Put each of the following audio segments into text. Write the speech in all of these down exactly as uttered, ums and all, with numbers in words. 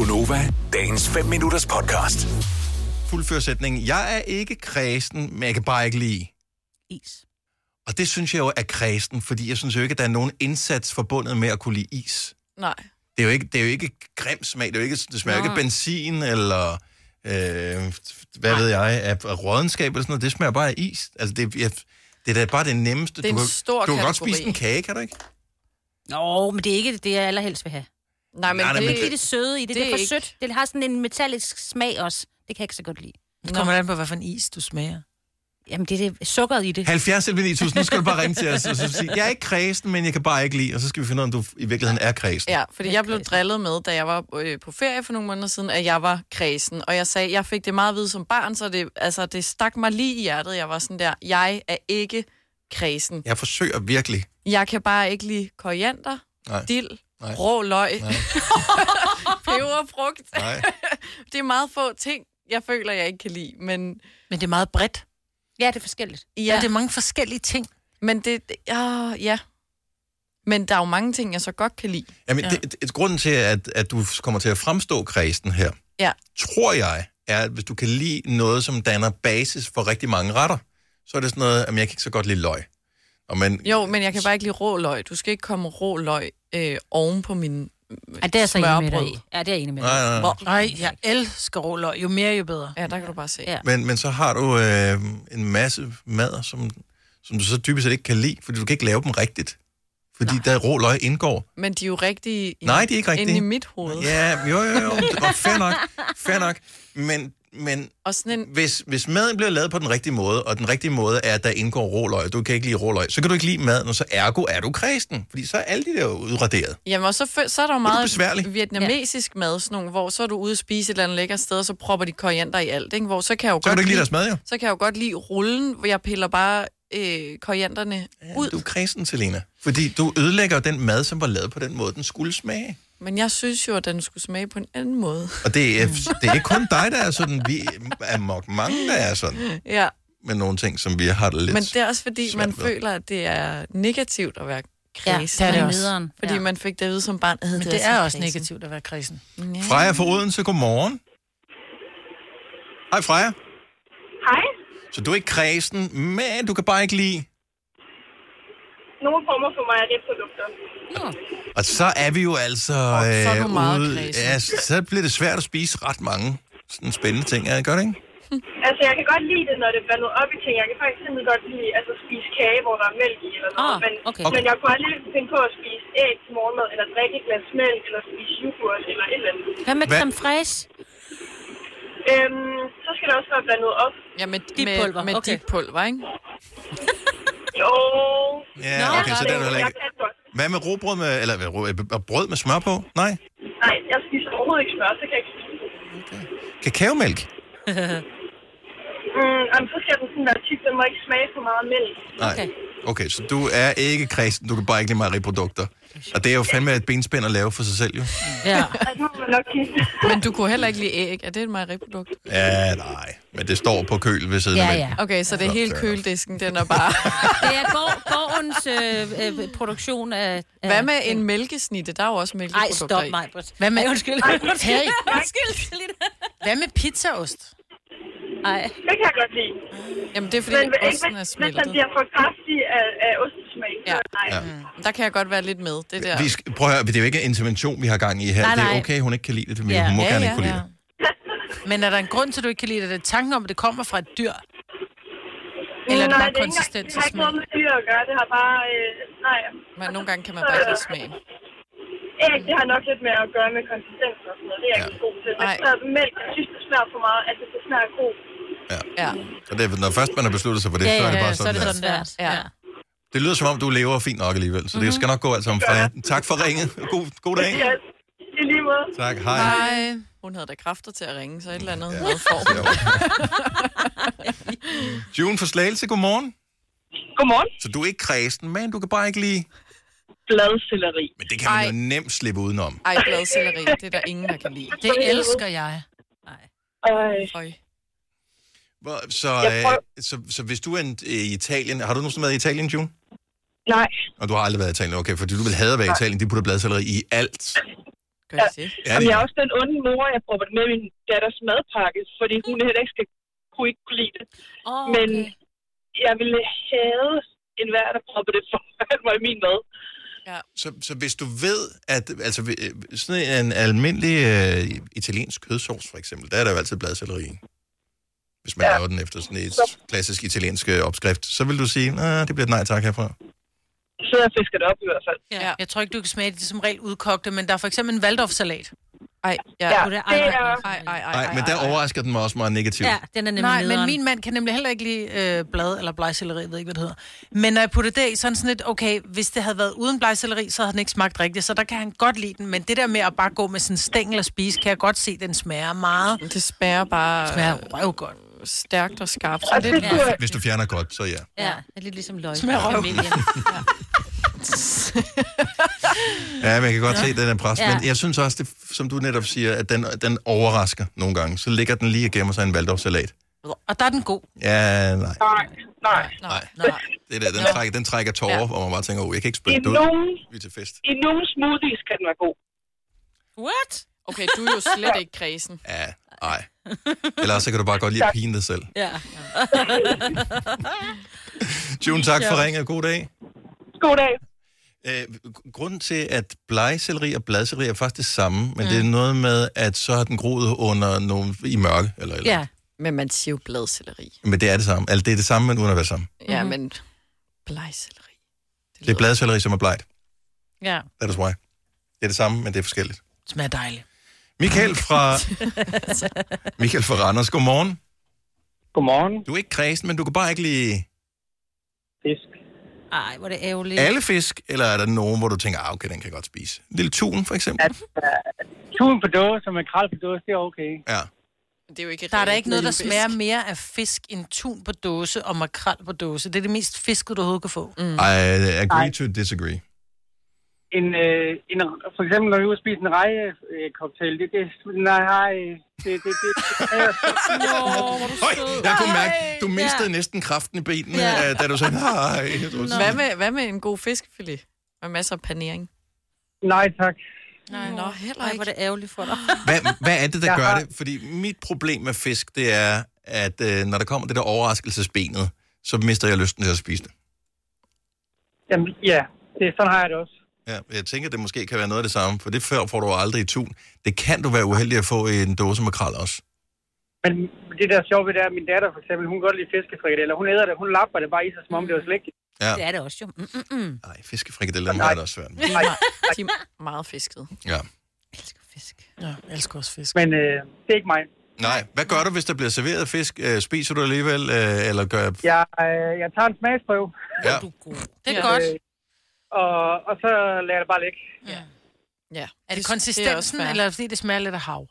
Gonova, dagens fem minutters podcast. Fuldfør sætningen. Jeg er ikke kræsen, men jeg kan bare ikke lide is. Og det synes jeg jo er kræsen, fordi jeg synes jo ikke, at der er nogen indsats forbundet med at kunne lide is. Nej. Det er jo ikke, det er jo ikke grim smag. Det, er jo ikke, det smager jo ikke benzin eller, øh, hvad Nej. ved jeg, af, af rådenskab eller sådan noget. Det smager bare af is. Altså, det, jeg, det er da bare det nemmeste. Det er en du stor kan, du kan kategori. godt spise en kage, kan du ikke? Nå, men det er ikke det, jeg allerhelst vil have. Nej, men Nej, det, nej, Det er ikke det søde i det. Det, det er for ikke- sødt. Det har sådan en metallisk smag også. Det kan jeg ikke så godt lide. Det kommer an på, hvad for en is du smager. Jamen, det er det sukkeret i det. halvfjerds elleve ni tusind, nu skal du bare ringe til os og så sige, jeg er ikke kræsen, men jeg kan bare ikke lide. Og så skal vi finde ud af, om du i virkeligheden er kræsen. Ja, fordi jeg blev drillet med, da jeg var øh, på ferie for nogle måneder siden, at jeg var kræsen. Og jeg sagde, jeg fik det meget at vide som barn, så det, altså, det stak mig lige i hjertet. Jeg var sådan der, jeg er ikke kræsen. Jeg forsøger virkelig. Jeg kan bare ikke lide koriander, Nej. dild, Nej. rå løg, Nej. peberfrugt. Nej. Det er meget få ting, jeg føler, jeg ikke kan lide. Men Men det er meget bredt. Ja, det er forskelligt. Ja, ja det er mange forskellige ting. Men det, det ja, ja. Men der er jo mange ting, jeg så godt kan lide. Jamen, Ja. ja. det, det, grunden til, at, at du kommer til at fremstå kræsen her, Ja. tror jeg, er, at hvis du kan lide noget, som danner basis for rigtig mange retter, så er det sådan noget, at jeg kan ikke så godt lide løg. Og man, Jo, men jeg kan bare ikke lide rå løg. Du skal ikke komme rå løg øh, oven på min øh, Ja, det er jeg så enig med smørbrød. dig i. Ja, det er jeg enig med dig Nej, i. nej. Nej, jeg elsker råløg. Jo mere, jo bedre. Ja, der kan du bare se. Ja. men, men så har du øh, en masse mad, som, som du så typisk set ikke kan lide, fordi du kan ikke lave dem rigtigt. Fordi der rå løg indgår. Men de er jo rigtige i, Nej, de er ikke rigtige. inde i mit hoved. Ja, jo, jo, jo. Det var fair nok. Fair nok. Men, men Og sådan en, hvis, hvis maden bliver lavet på den rigtige måde, og den rigtige måde er, at der indgår råløg, du kan ikke lide råløg, så kan du ikke lide maden, og så ergo er du kræsen. Fordi så er alle de der udraderet. jamen, og så, fø- så er der jo besværlig. meget vietnamesisk mad, sådan nogle, hvor så er du ude at spise et eller andet lækkert sted, og så propper de koriander i alt, ikke? Hvor så kan jeg jo Så kan godt du ikke lide lide, deres mad, jo. så kan jeg jo godt lide rullen, hvor jeg piller bare øh, korianderne ud. Du er kræsen, Selina. Fordi du ødelægger den mad, som var lavet på den måde, den skulle smage. Men jeg synes jo, at den skulle smage på en anden måde. Og det er, det er ikke kun dig, der er sådan. Vi er nok mange, der er sådan. Ja, Med nogle ting, som vi har det lidt. men det er også fordi, svært man ved. føler, at det er negativt at være Ja, kræsen. det er det med også. nederen. Fordi Ja. man fik det at vide som barn. Men det, det er også negativt at være kredsen. Ja. Freja fra Odense, godmorgen. Hej Freja. Hej. Så du er ikke kræsen, men du kan bare ikke lide. Nogle former for mejeriprodukter. Og så er vi jo altså Og så er du øh, meget ude. kræsen. Ja, så bliver det svært at spise ret mange sådan spændende ting. Ja, gør det ikke? Altså, jeg kan godt lide det, når det er blandet op i ting. Jeg kan faktisk simpelthen godt lide altså, at spise kage, hvor der er mælk i eller noget. Ah, men, okay. men jeg kunne aldrig finde på at spise æg til morgenmad, eller drikke et glas mælk, eller spise yoghurt, eller et eller andet. Hvad med Hvad? creme fraise? Øhm, så skal det også være blandet op. Ja, med, Dit med, pulver, med okay. dit pulver, ikke? Jo. Ja, Nå, okay, så det er du heller Jeg ikke. kan godt. Hvad med robrød med, eller hvad, ro- øh, brød med smør på? Nej. Nej, jeg spiser overhovedet ikke smør, så kan jeg ikke spise det. Kakaomælk? Mm, jamen, så skal den sådan være tyk. Den må ikke smage for meget mælk. Nej. Okay. Okay, så du er ikke kræsen, du kan bare ikke lide mejeriprodukter. Og det er jo fandme et benspænd at lave for sig selv, jo. Ja. Altså, må man nok kigge. Men du kunne heller ikke lide æg. Er det et mejeriprodukt? Ja, nej. Men det står på køl ved siden Ja, af mælk. ja. Okay, så det er Så hele fair. køledisken, den er bare... Det er går, gårdens øh, øh, produktion af... af Hvad med en mælkesnitte? Der er jo også Ej, mælkeprodukter stop i. mig, Britt. Hvad med, Ej, undskyld. Hey, Undskyld, Selina. hvad med pizzaost? Ej. Det kan jeg godt lide. Jamen, det er fordi, Men hvis, osten er hvis, hvis smeltet. den bliver for kraftig af, af ostesmag, så Ja. nej. Ja. Der kan jeg godt være lidt med. Det der. Vi skal, prøv at høre, det er jo ikke en intervention, vi har gang i her. Nej, Det er nej. okay, hun ikke kan lide det. Hun Ja. må Ja, gerne ja, ikke kunne lide ja. det. Men er der en grund til, at du ikke kan lide det? Er det tanken om, at det kommer fra et dyr? Eller er det Nej, bare det er ikke- konsistens Det og har ikke noget smag? med dyr at gøre. Det har bare... Øh, nej. Men nogle gange kan man bare ikke lide smagen. Æg, det har nok lidt med at gøre med konsistens og sådan noget. Det er jeg Ja. ikke så god til. Men Nej. så mælk, jeg synes, det smager for meget, at det skal smage god. Ja. Og det, er- når først man har besluttet sig for det, Ja, så er det ja, bare så er sådan, det der. sådan der. Ja. Ja. Det lyder som om, du lever fint nok alligevel, så det skal nok gå alt sammen fra jer. Tak for ringet. God, god dag. Ja, i lige måde. Tak, hej. Nej. Hun havde da kræfter til at ringe, så et eller andet Ja. havde form. June fra Slagelse, godmorgen. Godmorgen. Så du er ikke kræsen, men du kan bare ikke lide... Bladcelleri. Men det kan man Ej. jo nemt slippe udenom. Ej, bladcelleri, det er der ingen, der kan lide. Det elsker jeg. Øh, Øj. Hvor, så, Jeg øh, prøver- så, så hvis du er en, i Italien... Har du nogensinde været i Italien, June? nej. Og du har aldrig været i Italien, okay, fordi du vil have at være i Italien. De putter bladcelleri i alt. Ja. Ja, Jamen, det jeg er er. også den onde mor, jeg prøver det med min datters madpakke, fordi hun heller ikke skal kunne ikke kunne lide det. Oh, Men okay. jeg ville have en hver, der prøver det for mig i min mad. Så, så hvis du ved, at altså, øh, sådan en almindelig øh, italiensk kødsovs, for eksempel, der er der jo altid bladselleri i. Hvis man ja. laver den efter sådan et klassisk italiensk øh, opskrift, så vil du sige, nej, det bliver et nej tak herfra. Så jeg fisker det op i hvert fald. Ja. Jeg tror ikke, du kan smage det som regel udkogte, men der er for eksempel en Waldorf-salat. Ej, ja. Ja, det det er aldrig- er... Ej, ej, ej, Nej, men der overrasker den mig også meget negativt. Ja, den er nemlig Nej, nederen. men min mand kan nemlig heller ikke lide øh, blad eller blegselleri, jeg ved ikke, hvad det hedder. Men når jeg putter det i, så er den sådan lidt, okay, hvis det havde været uden blegselleri, så havde den ikke smagt rigtigt, så der kan han godt lide den. Men det der med at bare gå med sådan en stængel og spise, kan jeg godt se, den smager meget. Det smager bare Det smager røvgodt. stærkt og skarpt. Og det skulle jeg... Hvis du fjerner godt, så ja. Ja, det er lidt ligesom løg. Smager røv. Ja, men jeg kan godt ja. se, den er pres. Ja. Men jeg synes også, det, som du netop siger, at den, den overrasker nogle gange. Så ligger den lige og gemmer sig en Waldorf-salat. Og der er den god. Ja, nej. Nej, nej. Nej. Nej. Det der, den trækker, den trækker tårer, ja. hvor man bare tænker, oh, jeg kan ikke I spille det ud. nogle, Vi er til fest. I nogle smoothies kan den være god. What? Okay, du er jo slet ikke kredsen. Ja, nej. Ellers så kan du bare godt lide at pine dig selv. Ja. June, tak for ringet. God dag. God dag. Øh, grunden til, at blegselleri og bladselleri er faktisk det samme, men mm. det er noget med, at så har den groet under nogle i mørke. Eller, eller. Ja. Men man siger jo bladselleri. Men det er det samme. Altså, det er det samme, men uden at være sammen. Ja, men blegselleri. Det er bladselleri, som er blegt. Ja, That is why. Det er det samme, men det er forskelligt. det smager dejligt. Michael fra, Michael fra Randers, godmorgen. Godmorgen. Du er ikke kredsen, men du kan bare ikke lide Fisk. Ej, hvor er det ærgerligt. alle fisk, eller er der nogen, hvor du tænker, ah, okay, den kan jeg godt spise? En lille tun, for eksempel? At, uh, tun på dåse og makrel på dåse, det er okay. Ja. Det er jo ikke Der er der reelt ikke noget, der fisk. smager mere af fisk end tun på dåse og makrel på dåse. Det er det mest fisket, du overhovedet kan få. Mm. I agree to disagree. En, øh, en, for eksempel, når vi er ude og spise en reje-cocktail, det, det, nej, det, det, det, det, Høj, jeg kunne mærke, du mistede ja. næsten kraften i benene, Ja. ja. da du sagde, nej. Hvad med, hvad med en god fiskefilet? Med masser af panering? nej tak. Nej, nå, heller Ej, ikke. hvor er det ærgerligt for dig. Hvad, hvad er det, der Jeg gør har- det? Fordi mit problem med fisk, det er, at øh, når der kommer det der overraskelsesbenet, så mister jeg lysten til at spise det. Jamen, ja, det, sådan har jeg det også. Ja, jeg tænker, det måske kan være noget af det samme, for det før får du aldrig i tun. Det kan du være uheldig at få i en dåse makrel også. Men det der er sjovt ved det er, at min datter for eksempel, hun kan godt lide fiskefrikadeller. Hun æder det, hun lapper det bare i sig, som om det var slægtigt. Ja. Det er det også jo. Mm, mm, mm. Nej, fiskefrikadeller, dem har jeg det også svært med. De er, de er meget fisket. Ja. Jeg elsker fisk. Ja, jeg elsker også fisk. Men øh, det er ikke mig. Nej, hvad gør du, hvis der bliver serveret fisk? Øh, Spiser du alligevel, øh, eller gør... Jeg, øh, jeg tager en smagsprøve, Ja. Du er god. Det er Ja. godt. øh, og, og så lader jeg det bare ligge. Ja. Ja. Er det også konsistensen, fair. eller fordi det smager lidt af hav?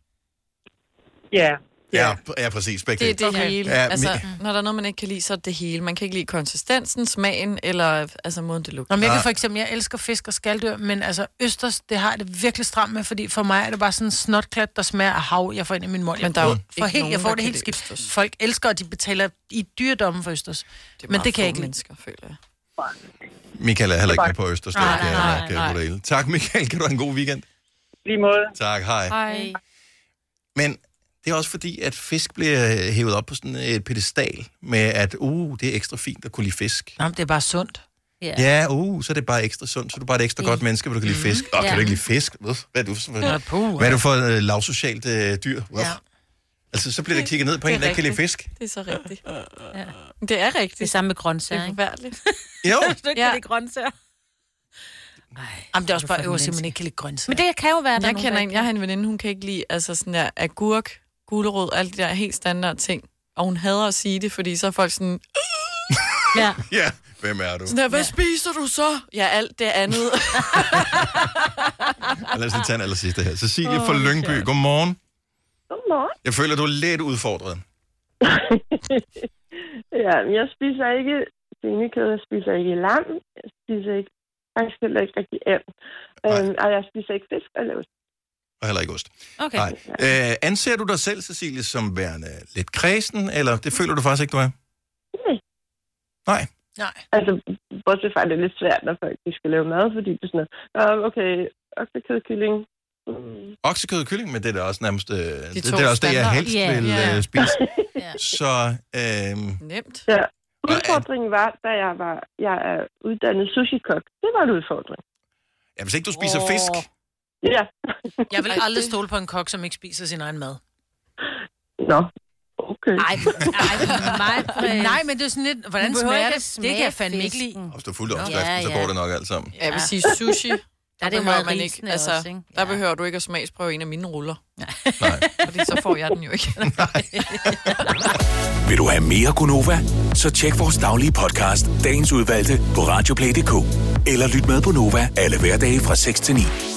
Ja, Ja, ja, præcis. Begge Det er det Okay. hele. Ja, Ja, altså, mi- når der er noget, man ikke kan lide, så er det det hele. Man kan ikke lide konsistensen, smagen, eller altså måden, det lugter. Nå, men jeg Nej. kan for eksempel, jeg elsker fisk og skalddyr, men altså østers, det har jeg det virkelig stramt med, fordi for mig er det bare sådan en snotklat, der smager af hav, jeg får ind i min mund. Men der er jo for ikke helt, nogen, jeg får der det kan helt lide skidt. østers. Folk elsker, at de betaler i dyredommen for østers. Det er Men meget det kan jeg få ikke lide. mennesker, føler jeg. Michael er heller ikke med på Østers. Det Nej, kan nej, jeg nok, øh, vurdere. Tak, Michael. Kan du have en god weekend? lige måde. Tak, hej. Hej. Men det er også fordi, at fisk bliver hævet op på sådan et pedestal med, at uh, det er ekstra fint at kunne lide fisk. Nå, men det er bare sundt. Ja. Ja, uh, så er det bare ekstra sundt, så er du bare et ekstra godt menneske, hvor du kan lide fisk. Åh, oh, kan Ja. du ikke lide fisk? Hvad er du, for- Nå, puh. hvad er du for et uh, lavsocialt uh, dyr? Ja. Altså, så bliver der kigget ned på Det en, er der ikke kan lide rigtigt. fisk. Det er så rigtigt. Ja. Det er rigtigt. Det er samme med Det grøntsager, er ikke? forfærdeligt. Jo, Hvis du ikke Ja. kan lide grøntsager. Ej, Jamen, det er også hvor bare for øverst, at man menneske. ikke kan lide grøntsager. Men det kan jo være, der er Jeg nogen, kender der en, ikke jeg har en veninde, hun kan ikke lide altså sådan der agurk, gulerod, alle de der helt standard ting. Og hun hader at sige det, fordi så er folk sådan, kan. Ja. ja. Hvem er du? sådan der, hvad spiser du så? Ja, alt det andet. Lad os lige tage en allersidste her. Cecilie fra Lyngby, godmorgen. Godmorgen. Jeg føler, du er lidt udfordret. Ja, men jeg spiser ikke svinekød, jeg spiser ikke lam, jeg spiser ikke, faktisk heller ikke rigtig and. Øhm, og jeg spiser ikke fisk eller ost. Og heller ikke ost. Okay. Nej. Øh, anser du dig selv, Cecilie, som værende lidt kredsen, eller det føler du faktisk ikke, du er? Nej. Nej. Nej. Altså, bortset fra, at det er lidt svært, når folk de skal lave mad, fordi det er sådan noget, "Nå, okay, oksekød, kylling, Mm. Oksekød og kylling, men det er da også nærmest... Øh, det, det to er også det, jeg standard. helst Ja. vil Ja. øh, spise. Ja. Så øhm, Nemt. Ja. Udfordringen var, da jeg var jeg er uddannet sushi-kok. Det var en udfordring. ja, hvis ikke du spiser Åh. fisk... Ja. Jeg vil Ej, aldrig det- stole på en kok, som ikke spiser sin egen mad. Nå, okay. Ej, ej, mig, Nej, men det er sådan lidt, hvordan Du behøver smager ikke det? at Det kan jeg smage fandme ikke lide. fisken. Og hvis du fulgte opskriften, Ja, så ja. går det nok alt sammen. Jeg vil sige sushi. Der er det behøver meget man ikke. risende Altså, også, ikke? der Ja. behøver du ikke at smagsprøve en af mine ruller. Nej. Fordi så får jeg den jo ikke. Vil du have mere Gunova? Så tjek vores daglige podcast, dagens udvalgte, på radioplay punktum d k. Eller lyt med på Nova alle hverdage fra seks til ni.